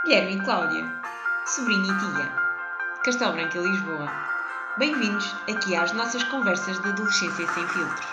Guilherme e Cláudia, sobrinha e tia, Castelo Branco e Lisboa. Bem-vindos aqui às nossas conversas de adolescência sem filtros.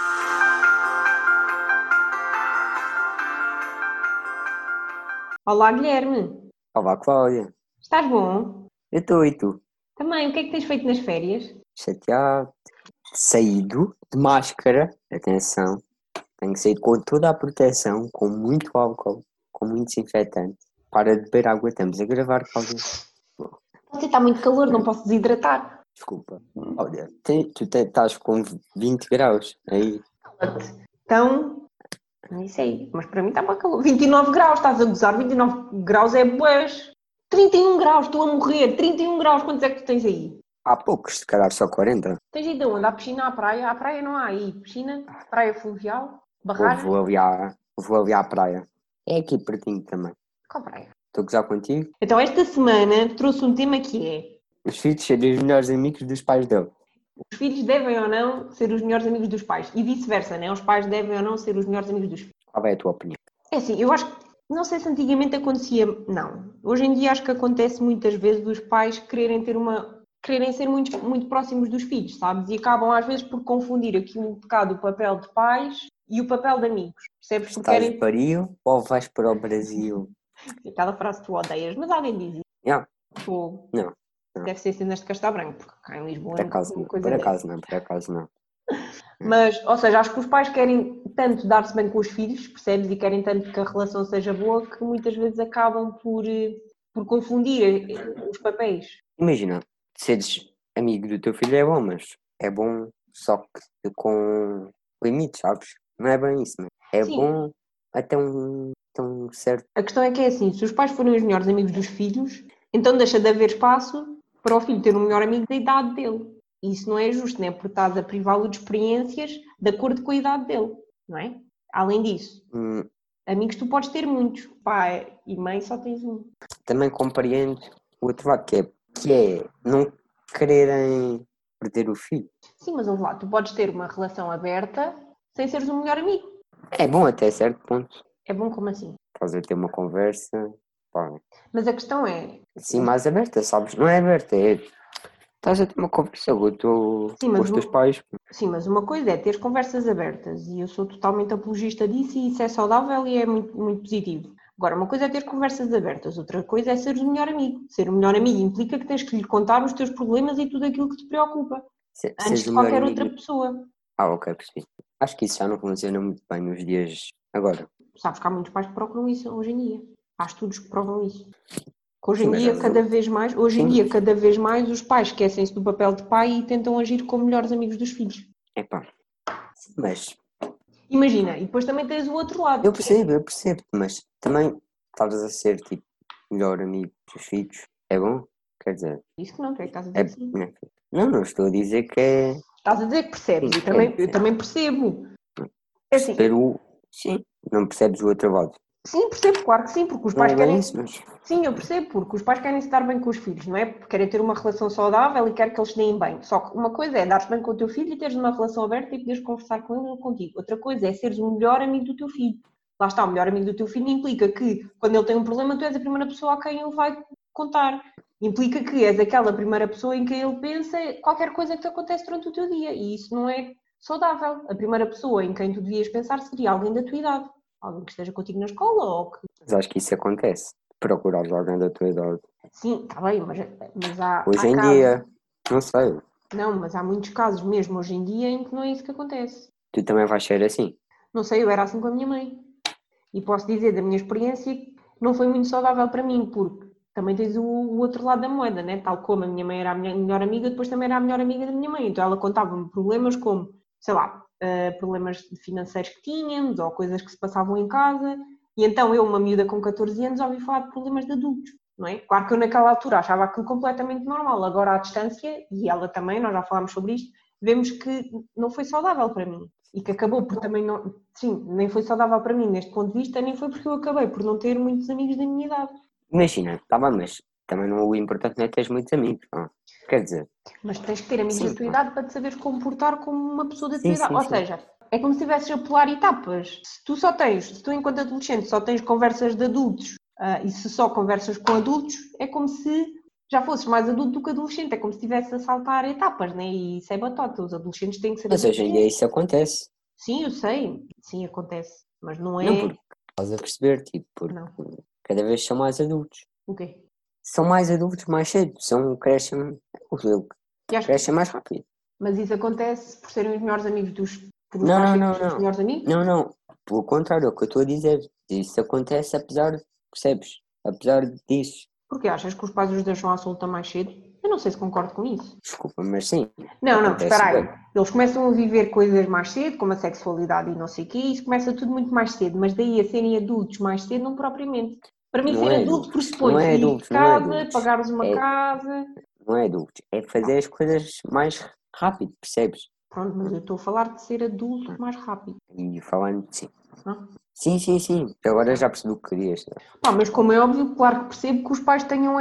Olá, Guilherme. Olá, Cláudia. Estás bom? Eu estou e tu? Também, o que é que tens feito nas férias? Chateado. Saído de máscara. Atenção. Tenho que sair com toda a proteção, com muito álcool, com muito desinfetante. Para de beber água. Estamos a gravar, Cláudia. Você está muito calor, não posso desidratar. Desculpa. Olha, estás com 20 graus aí. Então, não sei, mas para mim está para calor. 29 graus, estás a gozar? 29 graus é bués. 31 graus, estou a morrer. 31 graus, quantos é que tu tens aí? Há poucos, se calhar só 40. Tens aí de onde? Há piscina, à praia? À praia não há aí. Piscina, praia fluvial, barragem. Vou ali à praia. É aqui pertinho também. Qual praia? Estou a gozar contigo. Então, esta semana trouxe um tema que é: Os filhos serem os melhores amigos dos pais dele. os filhos devem ou não ser os melhores amigos dos pais? E vice-versa, né? Os pais devem ou não ser os melhores amigos dos filhos? Qual é a tua opinião? É assim, eu acho que, não sei se antigamente acontecia, não. Hoje em dia acho que acontece muitas vezes dos pais quererem ser muito próximos dos filhos, sabes? E acabam às vezes por confundir aqui um bocado o papel de pais e o papel de amigos. Percebes? Porque Estás para Rio ou vais para o Brasil? aquela frase que tu odeias, mas alguém diz isso. Não. Pô, Não. deve ser cenas de Castelo Branco, porque cá em Lisboa Por nunca acaso, vi uma não, coisa por dessa. acaso não. Mas, ou seja, acho que os pais querem tanto dar-se bem com os filhos, percebes? E querem tanto que a relação seja boa que muitas vezes acabam por confundir os papéis. Imagina, seres amigo do teu filho é bom, mas é bom só que com limites, sabes? Não é bem isso, mas é Sim. bom até um certo... A questão é que é assim, se os pais forem os melhores amigos dos filhos, então deixa de haver espaço para o filho ter um melhor amigo da idade dele. E isso não é justo, né? Porque estás a privá-lo de experiências de acordo com a idade dele, não é? Além disso, amigos tu podes ter muitos. Pai e mãe só tens um. Também compreendo o outro lado, que é não quererem perder o filho. Sim, mas ouve lá, tu podes ter uma relação aberta sem seres um melhor amigo. É bom até certo ponto. É bom como assim? Estás a ter uma conversa, pá, Mas a questão é... assim mais aberta, sabes? Não é aberta, é... Estás a ter uma conversa com os teus pais. Sim, mas uma coisa é ter conversas abertas e eu sou totalmente apologista disso e isso é saudável e é muito, muito positivo. Agora, uma coisa é ter conversas abertas, outra coisa é seres o melhor amigo. Ser o melhor amigo implica que tens que lhe contar os teus problemas e tudo aquilo que te preocupa, antes de qualquer outra pessoa. Ok, percebi. Acho que isso já não funciona muito bem nos dias agora. Sabes que há muitos pais que procuram isso hoje em dia. Há estudos que provam isso. Hoje Sim, em mas dia, às cada vez mais, os pais esquecem-se do papel de pai e tentam agir como melhores amigos dos filhos. Epá, sim, mas Imagina, e depois também tens o outro lado. eu percebo, mas também estavas a ser tipo melhor amigo dos filhos. É bom? Quer dizer, Isso que não, tu é que estás a dizer que sim. não estou a dizer que é. Estás a dizer que percebes, Sim, eu também percebo. É assim, Sim, não percebes o outro lado. sim, percebo, claro que sim, porque os Não pais é bem querem... isso, mas... Sim, eu percebo, porque os pais querem se dar bem com os filhos, não é? Porque querem ter uma relação saudável e querem que eles se deem bem. Só que uma coisa é dar-te bem com o teu filho e teres uma relação aberta e poderes conversar com ele ou contigo. Outra coisa é seres o melhor amigo do teu filho. Lá está, o melhor amigo do teu filho implica que, quando ele tem um problema, tu és a primeira pessoa a quem ele vai contar. Implica que és aquela primeira pessoa em quem ele pensa qualquer coisa que te acontece durante o teu dia. E isso não é saudável. A primeira pessoa em quem tu devias pensar seria alguém da tua idade. Alguém que esteja contigo na escola ou que... Mas acho que isso acontece. Procurar alguém da tua idade. Sim, está bem, mas há Hoje em casos... dia, não sei. Não, mas há muitos casos mesmo hoje em dia em que não é isso que acontece. Tu também vais ser assim. Não sei, eu era assim com a minha mãe. E posso dizer da minha experiência que não foi muito saudável para mim, porque também tens o outro lado da moeda, né? Tal como a minha mãe era a minha melhor amiga, depois também era a melhor amiga da minha mãe. Então ela contava-me problemas como, sei lá, problemas financeiros que tínhamos ou coisas que se passavam em casa. E então eu, uma miúda com 14 anos, ouvi falar de problemas de adultos, não é? Claro que eu naquela altura achava aquilo completamente normal. Agora à distância, e ela também, nós já falámos sobre isto, vemos que não foi saudável para mim. E que acabou por também não... Sim, nem foi saudável para mim neste ponto de vista, nem foi porque eu acabei por não ter muitos amigos da minha idade. Imagina, tá bem, mas também não, o importante não é teres muitos amigos, não. Quer dizer... Mas tens que ter amigos sim, da tua idade para te saberes comportar como uma pessoa da tua sim, idade. sim, Ou sim. seja, é como se estivesses a pular etapas. Se tu enquanto adolescente só tens conversas de adultos E se só conversas com adultos, é como se já fosses mais adulto do que adolescente. É como se estivesse a saltar etapas, né? E isso é batota. Os adolescentes têm que ser Mas hoje em dia isso acontece. Sim, eu sei. Sim, acontece. Mas não é... Não, porque estás a perceber, tipo, porque Não. cada vez são mais adultos. O quê? São mais adultos mais cedo, crescem E acho que... crescem mais rápido. Mas isso acontece por serem os melhores amigos por os Não, pais não, serem não, os seus não. melhores amigos? Não. Pelo contrário, é o que eu estou a dizer. Isso acontece apesar, percebes? Apesar disso. Porque achas que os pais os deixam à solta mais cedo? Eu não sei se concordo com isso. Desculpa, mas sim. Não, Acontece espera aí. bem. Eles começam a viver coisas mais cedo, como a sexualidade e não sei o quê, e isso começa tudo muito mais cedo, mas daí a serem adultos mais cedo, não propriamente. Para mim, Não ser é adulto adultos. pressupõe Não é sair de adultos, não é casa, adultos. pagares uma É, casa. não é adultos. É fazer as coisas mais rápido, percebes? Pronto, mas eu estou a falar de ser adulto mais rápido. E falando, sim. Não? Sim. Agora já percebi o que querias. Mas como é óbvio, claro que percebo que os pais tenham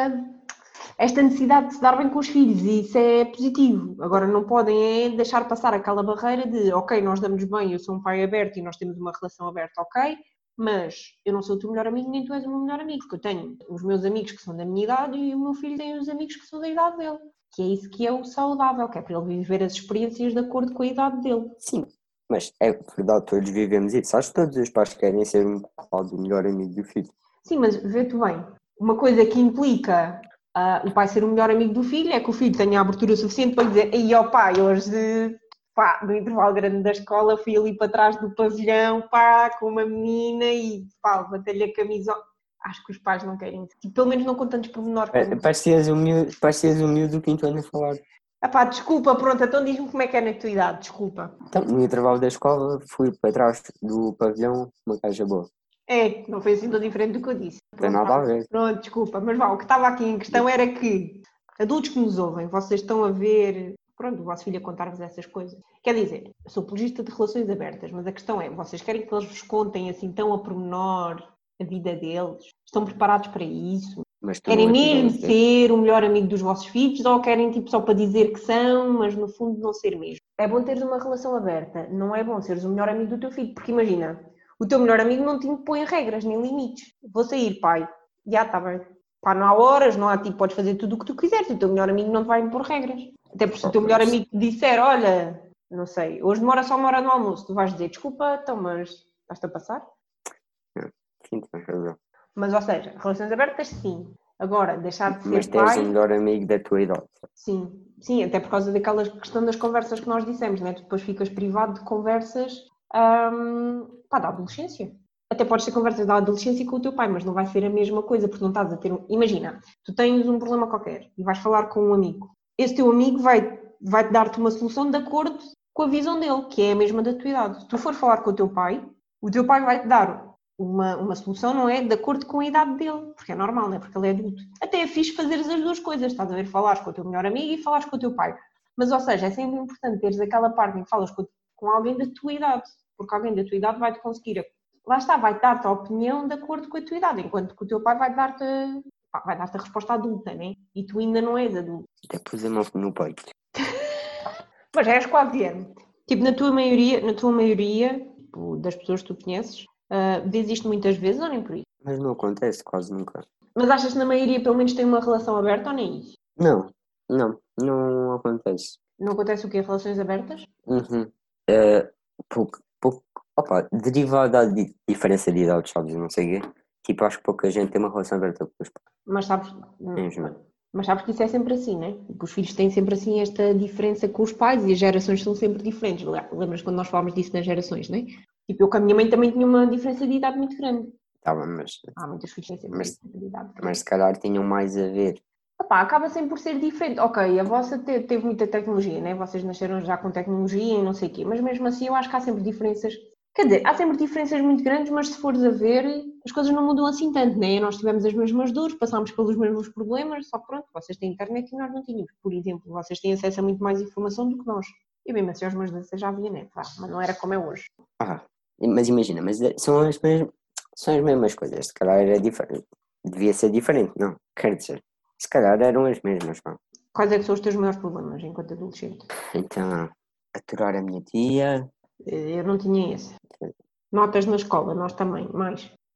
esta necessidade de se dar bem com os filhos e isso é positivo. Agora não podem deixar passar aquela barreira de ok, nós damos bem, eu sou um pai aberto e nós temos uma relação aberta, ok, mas eu não sou o teu melhor amigo nem tu és o meu melhor amigo, porque eu tenho os meus amigos que são da minha idade e o meu filho tem os amigos que são da idade dele. Que é isso que é o saudável, que é para ele viver as experiências de acordo com a idade dele. Sim, mas é verdade, todos vivemos isso. Acho que todos os pais querem ser um bocado o melhor amigo do filho. Sim, mas vê-te bem, uma coisa que implica o pai ser o melhor amigo do filho é que o filho tenha a abertura suficiente para lhe dizer ei, ó pai, hoje, pá, no intervalo grande da escola fui ali para trás do pavilhão, pá, com uma menina e, pá, levantei-lhe a camisola. Acho que os pais não querem isso. Tipo, pelo menos não com tantos pormenores como... Parecias o miúdo do quinto ano a falar. Pá, desculpa, pronto, então diz-me como é que é na tua idade, desculpa. Então, no intervalo da escola, fui para trás do pavilhão, uma caixa boa. Não foi assim tão diferente do que eu disse. Não tem nada a ver. Pronto, desculpa, mas vá, o que estava aqui em questão era que adultos que nos ouvem, vocês estão a ver, pronto, o vosso filho a contar-vos essas coisas. Quer dizer, eu sou apologista de relações abertas, mas a questão é, vocês querem que eles vos contem assim tão a pormenor a vida deles? Estão preparados para isso? Mas tu Querem não mesmo atiras, ser o melhor amigo dos vossos filhos ou querem tipo só para dizer que são, mas no fundo não ser mesmo? É bom teres uma relação aberta, não é bom seres o melhor amigo do teu filho, porque imagina, o teu melhor amigo não te impõe regras nem limites. Vou sair, pai. Já está bem. Pá, não há horas, não há tipo, podes fazer tudo o que tu quiseres. O teu melhor amigo não te vai impor regras. Até porque se o teu melhor amigo te disser, olha, não sei, hoje demora só uma hora no almoço, tu vais dizer, desculpa, então, mas estás-te a passar? Sim, tens razão. Mas, ou seja, relações abertas, sim. Agora, deixar de ser Mas teres pai... o melhor amigo da tua idade. Sim, até por causa daquela questão das conversas que nós dissemos, né? Tu depois ficas privado de conversas da adolescência. Até pode ser conversas da adolescência com o teu pai, mas não vai ser a mesma coisa, porque não estás a ter... Imagina, tu tens um problema qualquer e vais falar com um amigo. Esse teu amigo vai dar-te uma solução de acordo com a visão dele, que é a mesma da tua idade. Se tu for falar com o teu pai vai-te dar uma solução, não é? De acordo com a idade dele, porque é normal, não é? Porque ele é adulto. Até é fixe fazeres as duas coisas, estás a ver? Falares com o teu melhor amigo e falares com o teu pai. Mas, ou seja, é sempre importante teres aquela parte em que falas com alguém da tua idade, porque alguém da tua idade vai-te conseguir, lá está, vai-te dar-te a opinião de acordo com a tua idade, enquanto que o teu pai vai dar-te a resposta adulta, né? E tu ainda não és adulto. Até pus a mão no peito. Mas já és quase ano. Tipo, na tua maioria tipo, das pessoas que tu conheces, diz isto muitas vezes ou nem por isso? Mas não acontece quase nunca. Mas achas que na maioria pelo menos tem uma relação aberta ou nem isso? Não acontece. Não acontece o quê? Relações abertas? Uhum. Pouco. Opa, derivado da diferença de idades, sabes? Não sei o quê. Tipo, acho que pouca gente tem uma relação aberta com os pais. Mas sabes... Mesmo. Mas sabes que isso é sempre assim, né? Os filhos têm sempre assim esta diferença com os pais e as gerações são sempre diferentes. Lembras quando nós falámos disso nas gerações, né? Tipo, eu com a minha mãe também tinha uma diferença de idade muito grande. Tá bem, mas Há muitos filhos que têm sempre uma diferença de idade grande. mas se calhar tinham mais a ver. Acaba sempre por ser diferente. Ok, a vossa teve muita tecnologia, né? Vocês nasceram já com tecnologia e não sei o quê, mas mesmo assim eu acho que há sempre diferenças. Quer dizer, há sempre diferenças muito grandes, mas se fores a ver, as coisas não mudam assim tanto, né? Nós tivemos as mesmas dores, passámos pelos mesmos problemas, só que pronto, vocês têm internet e nós não tínhamos. Por exemplo, vocês têm acesso a muito mais informação do que nós. E mesmo assim aos meus 16 já havia net, mas não era como é hoje. Mas imagina, são as mesmas coisas. Se calhar era diferente. Devia ser diferente, não. Quer dizer, se calhar eram as mesmas, pá. Quais é que são os teus maiores problemas enquanto adolescente? Então, aturar a minha tia. Eu não tinha esse. Notas na escola, nós também, mais.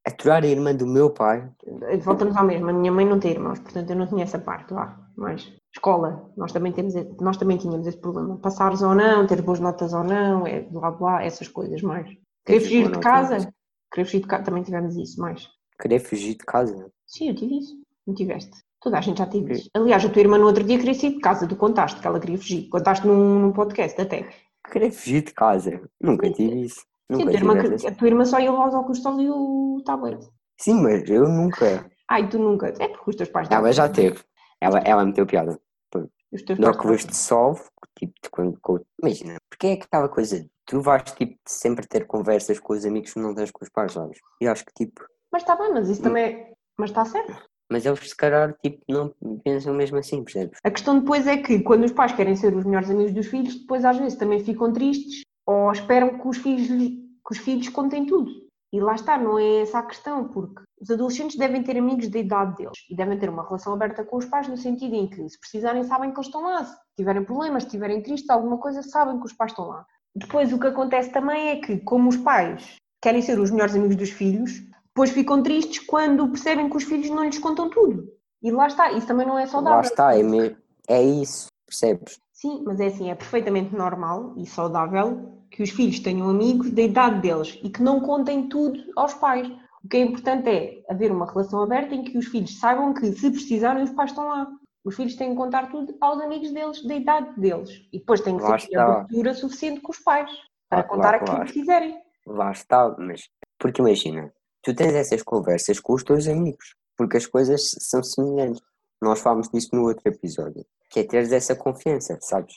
Aturar a irmã do meu pai. Voltamos ao mesmo, a minha mãe não tem irmãos, portanto eu não tinha essa parte lá. Mas escola, nós também tínhamos esse problema. Passares ou não, ter boas notas ou não, blá blá, essas coisas mais. Querer Tens fugir boa de nota casa? nisso. Querer fugir de casa, também tivemos isso mais. Querer fugir de casa. Sim, eu tive isso. Não tiveste? Toda a gente já teve isso. Aliás, a tua irmã no outro dia queria sair de casa, tu contaste que ela queria fugir. Contaste num podcast até. Querer fugir de casa. Nunca tive isso. Sim, Nunca tive essa. a tua irmã só ia levar os óculos de sol e o tablet. Sim, mas eu nunca. Ai, tu nunca. É porque os teus pais Ela já estavam. teve. Ela meteu piada. Os teus De pais óculos estavam. de sol, tipo, imagina, porque é aquela coisa, tu vais, tipo, sempre ter conversas com os amigos que não tens com os pais, sabes? E acho que, tipo, Mas está bem, mas isso também é. Mas está certo. mas eles, se calhar, tipo, não pensam mesmo assim, percebes? A questão depois é que, quando os pais querem ser os melhores amigos dos filhos, depois às vezes também ficam tristes ou esperam que os filhos contem tudo. E lá está, não é essa a questão, porque os adolescentes devem ter amigos da idade deles e devem ter uma relação aberta com os pais no sentido em que, se precisarem, sabem que eles estão lá. Se tiverem problemas, se estiverem tristes, alguma coisa, sabem que os pais estão lá. Depois, o que acontece também é que, como os pais querem ser os melhores amigos dos filhos, depois ficam tristes quando percebem que os filhos não lhes contam tudo. E lá está, isso também não é saudável. Lá está, é isso, percebes? Sim, mas é assim, é perfeitamente normal e saudável que os filhos tenham amigos da idade deles e que não contem tudo aos pais. O que é importante é haver uma relação aberta em que os filhos saibam que, se precisarem, os pais estão lá. Os filhos têm que contar tudo aos amigos deles, da idade deles. E depois têm que Lá ser está, abertura suficiente com os pais para contar aquilo que quiserem. lá está, mas, porque imagina, tu tens essas conversas com os teus amigos, porque as coisas são semelhantes. Nós falámos disso no outro episódio, que é teres essa confiança, sabes?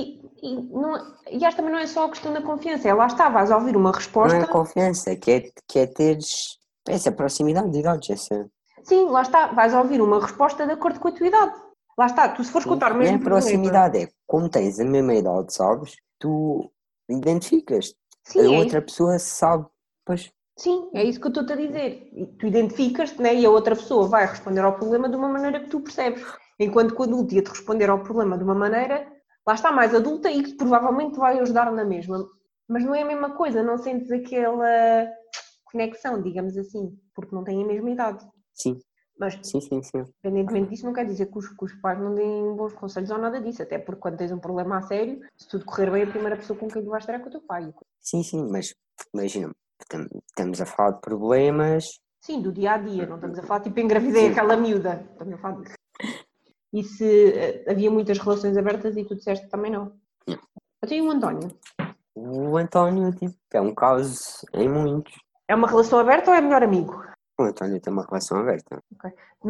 E acho que também não é só a questão da confiança, é lá está, vais ouvir uma Não resposta. é confiança, que é teres essa proximidade de idades, essa... Sim, lá está, vais ouvir uma resposta de acordo com a tua idade. Lá está, tu se fores contar o Não mesmo é problema. proximidade, é como tens a mesma idade, sabes? Tu identificas. A Sim, é outra isso. pessoa sabe. Pois, Sim, é isso que eu estou-te a dizer. E tu identificas-te, né? E a outra pessoa vai responder ao problema de uma maneira que tu percebes. Enquanto que o adulto ia-te responder ao problema de uma maneira, lá está, mais adulta e que provavelmente vai ajudar na mesma. Mas não é a mesma coisa, não sentes aquela conexão, digamos assim, porque não têm a mesma idade. sim, Mas, sim. independentemente disso, não quer dizer que os pais não deem bons conselhos ou nada disso. Até porque quando tens um problema a sério, se tudo correr bem, a primeira pessoa com quem tu vais estar é com o teu pai. Sim, mas imagina, estamos a falar de problemas. Sim, do dia a dia, não estamos a falar tipo engravidei Sim. aquela miúda. Estamos a falar disso. E se havia muitas relações abertas e tu disseste também não. Não. Eu tenho um António. O António, tipo, é um caso em muitos. É uma relação aberta ou é melhor amigo? O António tem uma relação aberta. Okay.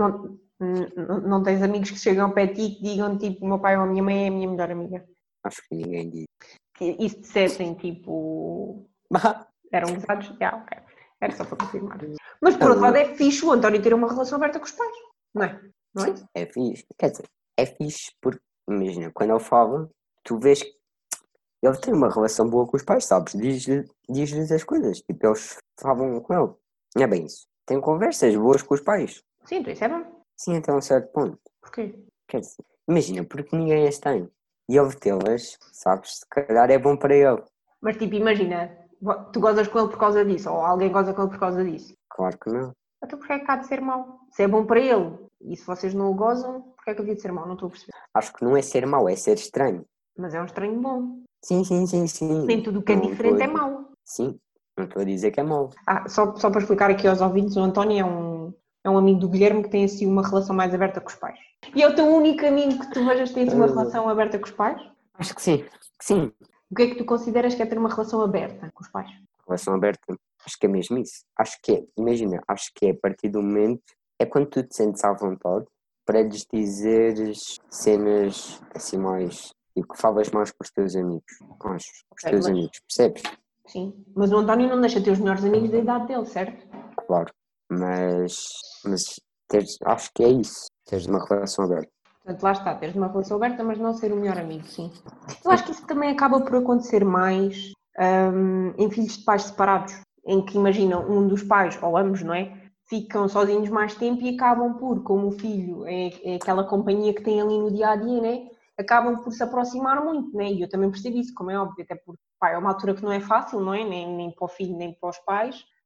Não tens amigos que chegam ao pé de ti e que digam tipo, o meu pai ou a minha mãe é a minha melhor amiga? Acho que ninguém diz. E se dissessem tipo, eram gozados? Ok. Era só para confirmar. Mas por outro lado é fixe o António ter uma relação aberta com os pais, não é? Não é? É fixe. Quer dizer, é fixe porque, imagina, quando ele fala, tu vês que ele tem uma relação boa com os pais, sabes? Diz-lhes as coisas. Tipo, eles falam com ele. Não é bem isso. Tem conversas boas com os pais. Sim, então isso é bom. Sim, até um certo ponto. Porquê? Quer dizer, imagina, porque ninguém as tem. E ele tê-las, sabes? Se calhar é bom para ele. Mas tipo, imagina, tu gozas com ele por causa disso, ou alguém goza com ele por causa disso. Claro que não. Então porquê é que há de ser mau? Se é bom para ele, e se vocês não o gozam, porquê é que havia de ser mau? Não estou a perceber. Acho que não é ser mau, é ser estranho. Mas é um estranho bom. Sim. Nem tudo o que é Não diferente estou é mau. Sim, não estou a dizer que é mau. Só para explicar aqui aos ouvintes, o António é um amigo do Guilherme que tem assim uma relação mais aberta com os pais. E é o teu único amigo que tu vejas que tem assim uma relação aberta com os pais? Acho que sim. O que é que tu consideras que é ter uma relação aberta com os pais? Relação aberta, acho que é mesmo isso. Acho que é, imagina, acho que é a partir do momento, é quando tu te sentes à vontade para lhes dizeres cenas assim mais, e que falas mais com os teus amigos, acho, com os teus amigos, percebes? Sim, mas o António não deixa ter os melhores amigos da idade dele, certo? Claro, mas acho que é isso, teres uma relação aberta. Portanto, lá está, teres uma relação aberta, mas não ser o melhor amigo, sim. Eu acho que isso também acaba por acontecer mais em filhos de pais separados, em que, imagina, um dos pais, ou ambos, não é? Ficam sozinhos mais tempo e acabam por, como o filho é aquela companhia que tem ali no dia-a-dia, né? Acabam por se aproximar muito, né? E eu também percebo isso, como é óbvio, até porque, pá, é uma altura que não é fácil, não é? Nem para o filho, nem para os pais.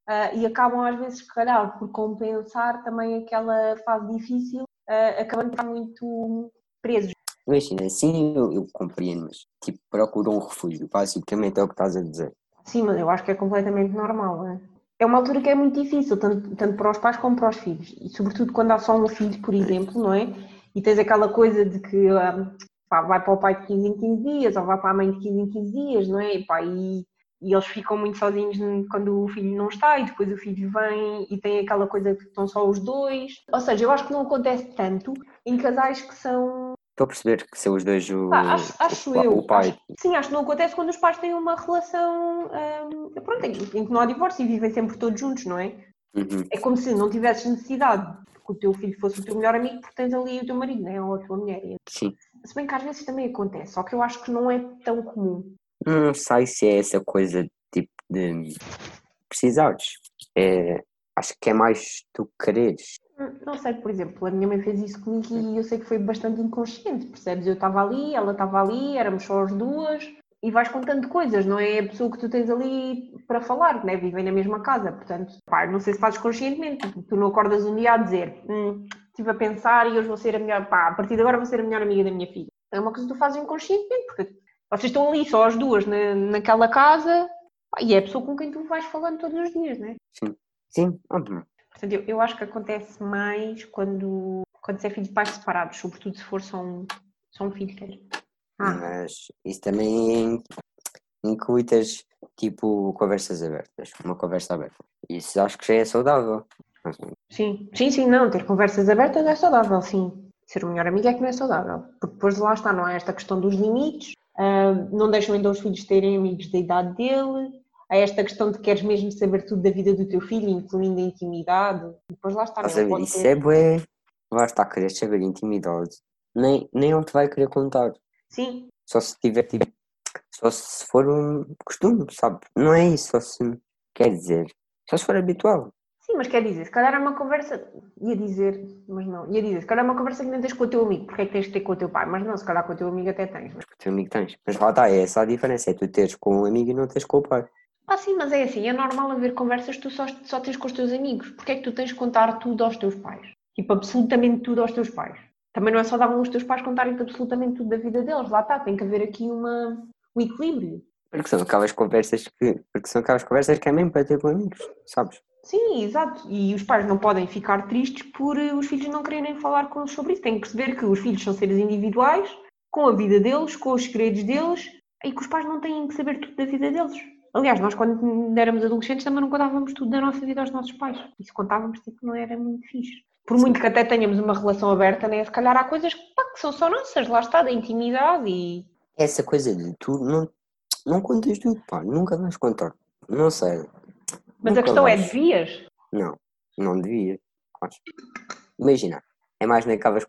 e acabam às vezes, se calhar, por compensar também aquela fase difícil, acabando por estar muito presos. Imagina, assim eu compreendo, mas tipo, procura um refúgio, basicamente é o que estás a dizer. Sim, mas eu acho que é completamente normal, não é? É uma altura que é muito difícil, tanto para os pais como para os filhos. E sobretudo quando há só um filho, por exemplo, não é? E tens aquela coisa de que vai para o pai de 15 em 15 dias, ou vai para a mãe de 15 em 15 dias, não é? E eles ficam muito sozinhos quando o filho não está, e depois o filho vem e tem aquela coisa que estão só os dois. Ou seja, eu acho que não acontece tanto em casais que são. Estou a perceber que são os dois Acho o eu. pai. Sim, acho que não acontece quando os pais têm uma relação pronto, em que não há divórcio e vivem sempre todos juntos, não é? Uhum. É como se não tivesses necessidade que o teu filho fosse o teu melhor amigo porque tens ali o teu marido, não é? Ou a tua mulher. Sim. Se bem que às vezes também acontece, só que eu acho que não é tão comum. Não sei se é essa coisa tipo de precisares. Acho que é mais tu quereres. Não sei, por exemplo, a minha mãe fez isso comigo e eu sei que foi bastante inconsciente, percebes? Eu estava ali, ela estava ali, éramos só as duas e vais contando coisas, não é a pessoa que tu tens ali para falar, né? Vivem na mesma casa, portanto, pá, não sei se fazes conscientemente, tu não acordas um dia a dizer estive a pensar e hoje vou ser a melhor, pá, a partir de agora vou ser a melhor amiga da minha filha. É uma coisa que tu fazes inconscientemente, porque vocês estão ali só as duas naquela casa, pá, e é a pessoa com quem tu vais falando todos os dias, não é? Sim, óbvio. Portanto, eu acho que acontece mais quando se é filho de pais separados, sobretudo se for só um filho que é. Mas isso também inclui teres tipo conversas abertas, uma conversa aberta. Isso acho que já é saudável. Sim, não, ter conversas abertas é saudável, sim. Ser o melhor amigo é que não é saudável. Porque depois de lá está, não é esta questão dos limites, não deixam ainda os filhos terem amigos da idade dele, há esta questão de que queres mesmo saber tudo da vida do teu filho, incluindo a intimidade. Depois lá está, Estás não a ver? pode Isso ter. é bué. Lá está a querer saber intimidade. Nem ele te vai querer contar. Sim, Só se tiver tipo. Só se for um costume, sabe? Não é isso, só se quer dizer. Só se for habitual. sim, mas quer dizer, se calhar é uma conversa, ia dizer, se calhar é uma conversa que não tens com o teu amigo, porque é que tens de ter com o teu pai? Mas não, se calhar com o teu amigo até tens. Mas com o teu amigo tens. Mas lá está, é essa a diferença. É tu teres com um amigo e não teres com o pai. Sim, mas é assim, é normal haver conversas que tu só tens com os teus amigos. Porque é que tu tens de contar tudo aos teus pais? Tipo, absolutamente tudo aos teus pais. Também não é saudável os teus pais contarem-te absolutamente tudo da vida deles. Lá está, tem que haver aqui um equilíbrio. Porque são aquelas conversas que é mesmo para ter com amigos, sabes? Sim, exato. E os pais não podem ficar tristes por os filhos não quererem falar com eles sobre isso. Têm que perceber que os filhos são seres individuais, com a vida deles, com os segredos deles, e que os pais não têm que saber tudo da vida deles. Aliás, nós quando éramos adolescentes também não contávamos tudo da nossa vida aos nossos pais. E se contávamos, tipo, não era muito fixe. Por muito que até tenhamos uma relação aberta, né? Se calhar há coisas que são só nossas, lá está, da intimidade e... Essa coisa de tu não contas tudo, pá. Nunca vais contar. Não sei. Mas a Nunca questão é, vais. devias? Não devia. Acho. Imagina, é mais naquelas.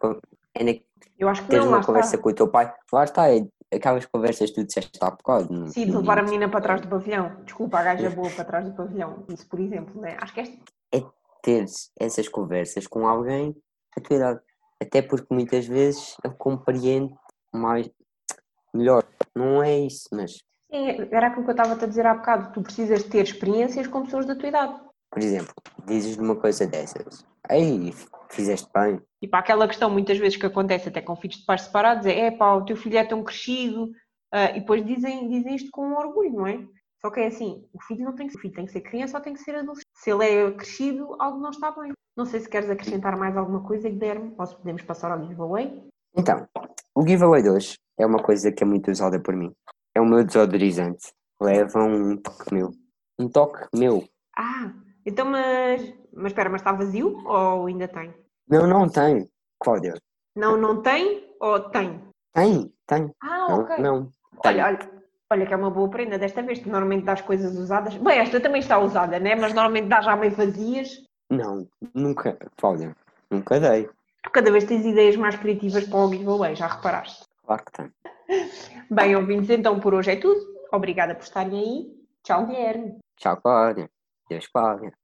Eu acho que Teres não, lá uma conversa está. com o teu pai. Lá está, aquelas conversas que tu disseste há bocado. Sim, de levar a menina para trás do pavilhão. Desculpa, a gaja boa para trás do pavilhão. Isso, por exemplo, né? Acho que É teres essas conversas com alguém da tua idade. Até porque muitas vezes eu compreendo mais melhor. Não é isso, mas, sim, era aquilo que eu estava a dizer há bocado. Tu precisas ter experiências com pessoas da tua idade. por exemplo, dizes-me uma coisa dessas. Ei, fizeste bem. Tipo, aquela questão muitas vezes que acontece até com filhos de pais separados é pá, o teu filho é tão crescido, e depois dizem isto com orgulho, não é? Só que é assim, o filho tem que ser criança ou tem que ser adolescente. Se ele é crescido, algo não está bem. Não sei se queres acrescentar mais alguma coisa, Guilherme. Podemos passar ao giveaway. Então, o giveaway de hoje é uma coisa que é muito usada por mim. É o meu desodorizante. Leva um toque meu. Um toque meu. Então, mas espera, mas está vazio ou ainda tem? Não tem. Cláudia. Não tem ou tem? Tem. Ok. Não. Tem. Olha que é uma boa prenda desta vez, tu normalmente dás coisas usadas. Bem, esta também está usada, né? Mas normalmente dás já meio vazias. Não, nunca. Cláudia, nunca dei. Tu cada vez tens ideias mais criativas para o giveaway, já reparaste? Claro que tem. Bem, ouvintes, então por hoje é tudo. Obrigada por estarem aí. Tchau, Guilherme. Tchau, Cláudia. Deus, Cláudia.